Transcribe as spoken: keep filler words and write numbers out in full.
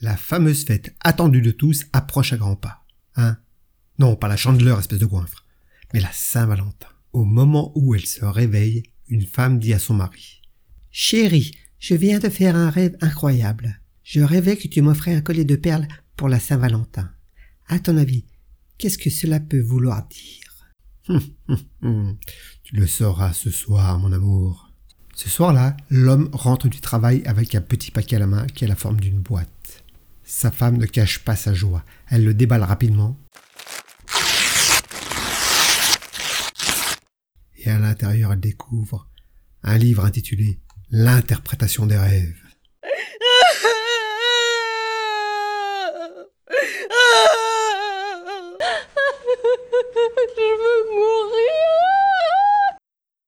La fameuse fête attendue de tous approche à grands pas. Hein? Non, pas la Chandeleur, espèce de goinfre, mais la Saint-Valentin. Au moment où elle se réveille, une femme dit à son mari. « Chérie, je viens de faire un rêve incroyable. Je rêvais que tu m'offrais un collier de perles pour la Saint-Valentin. À ton avis, qu'est-ce que cela peut vouloir dire ?»« Hum, hum, hum. Tu le sauras ce soir, mon amour. » Ce soir-là, l'homme rentre du travail avec un petit paquet à la main qui a la forme d'une boîte. Sa femme ne cache pas sa joie. Elle le déballe rapidement. Et à l'intérieur, elle découvre un livre intitulé « L'interprétation des rêves ».